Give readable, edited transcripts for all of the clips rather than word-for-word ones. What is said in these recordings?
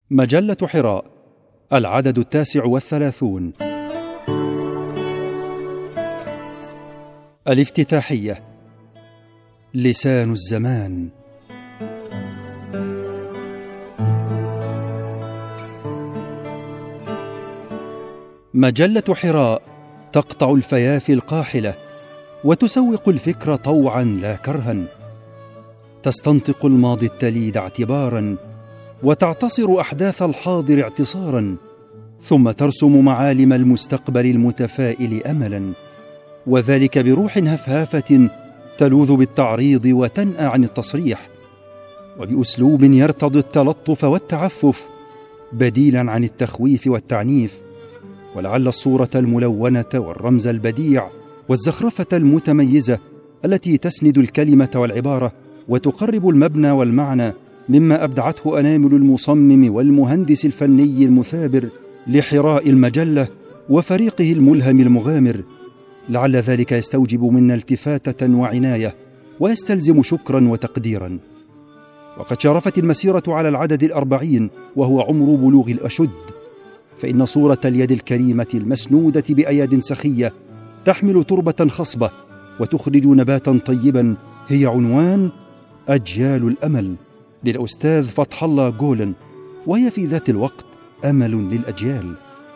مجلة حراء، العدد 39. الافتتاحية. لسان الزمان. مجلة حراء تقطع الفيافي القاحلة وتسوق الفكر طوعا لا كرها، تستنطق الماضي التليد اعتبارا وتعتصر أحداث الحاضر اعتصارا، ثم ترسم معالم المستقبل المتفائل أملا، وذلك بروح هفهافة تلوذ بالتعريض وتنأى عن التصريح، وبأسلوب يرتضي التلطف والتعفف بديلا عن التخويف والتعنيف، ولعل الصورة الملونة والرمز البديع والزخرفة المتميزة التي تسند الكلمة والعبارة وتقرب المبنى والمعنى مما أبدعته أنامل المصمم والمهندس الفني المثابر لحراء المجلة وفريقه الملهم المغامر، لعل ذلك يستوجب منا التفاتة وعناية ويستلزم شكرا وتقديرا. وقد شرفت المسيرة على العدد 40 وهو عمر بلوغ الأشد، فإن صورة اليد الكريمة المسنودة بأياد سخية تحمل تربة خصبة وتخرج نباتا طيبا هي عنوان أجيال الأمل للأستاذ فتح الله جولن، وهي في ذات الوقت أمل للأجيال.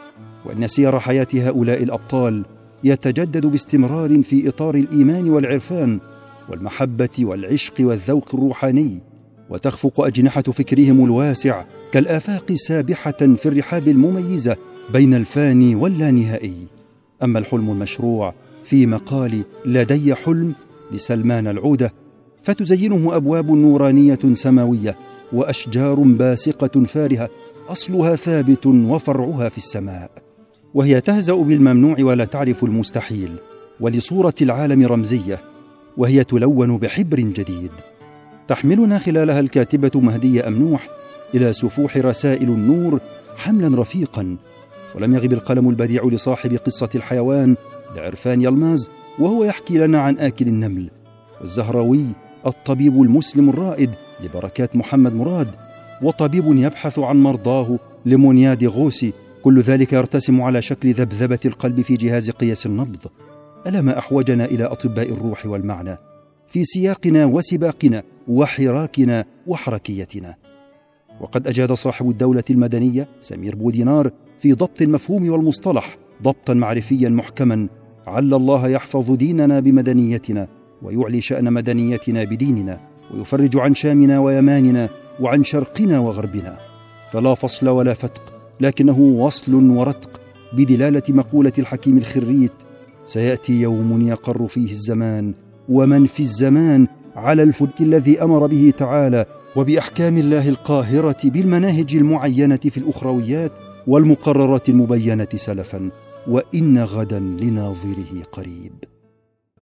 وأن سير حياة هؤلاء الأبطال يتجدد باستمرار في إطار الإيمان والعرفان والمحبة والعشق والذوق الروحاني، وتخفق أجنحة فكرهم الواسع كالآفاق سابحة في الرحاب المميزة بين الفاني واللانهائي. أما الحلم المشروع في مقال لدي حلم لسلمان العودة فتزينه أبواب نورانية سماوية وأشجار باسقة فارهة أصلها ثابت وفرعها في السماء، وهي تهزأ بالممنوع ولا تعرف المستحيل، ولصورة العالم رمزية، وهي تلون بحبر جديد. تحملنا خلالها الكاتبة مهدية أمنوح إلى سفوح رسائل النور حملا رفيقا، ولم يغب القلم البديع لصاحب قصة الحيوان لعرفان يلماز وهو يحكي لنا عن آكل النمل، والزهراوي الطبيب المسلم الرائد لبركات محمد مراد، وطبيب يبحث عن مرضاه لمونياد غوسي، كل ذلك يرتسم على شكل ذبذبة القلب في جهاز قياس النبض. ألا ما أحوجنا إلى أطباء الروح والمعنى في سياقنا وسباقنا وحراكنا وحركيتنا. وقد أجاد صاحب الدولة المدنية سمير بودينار في ضبط المفهوم والمصطلح ضبطا معرفيا محكما، عل الله يحفظ ديننا بمدنيتنا ويعلي شأن مدنيتنا بديننا، ويفرج عن شامنا ويماننا وعن شرقنا وغربنا، فلا فصل ولا فتق، لكنه وصل ورتق، بدلالة مقولة الحكيم الخريت: سيأتي يوم يقر فيه الزمان ومن في الزمان على الفلك الذي أمر به تعالى، وبأحكام الله القاهرة بالمناهج المعينة في الأخرويات والمقررات المبينة سلفا، وإن غدا لناظره قريب.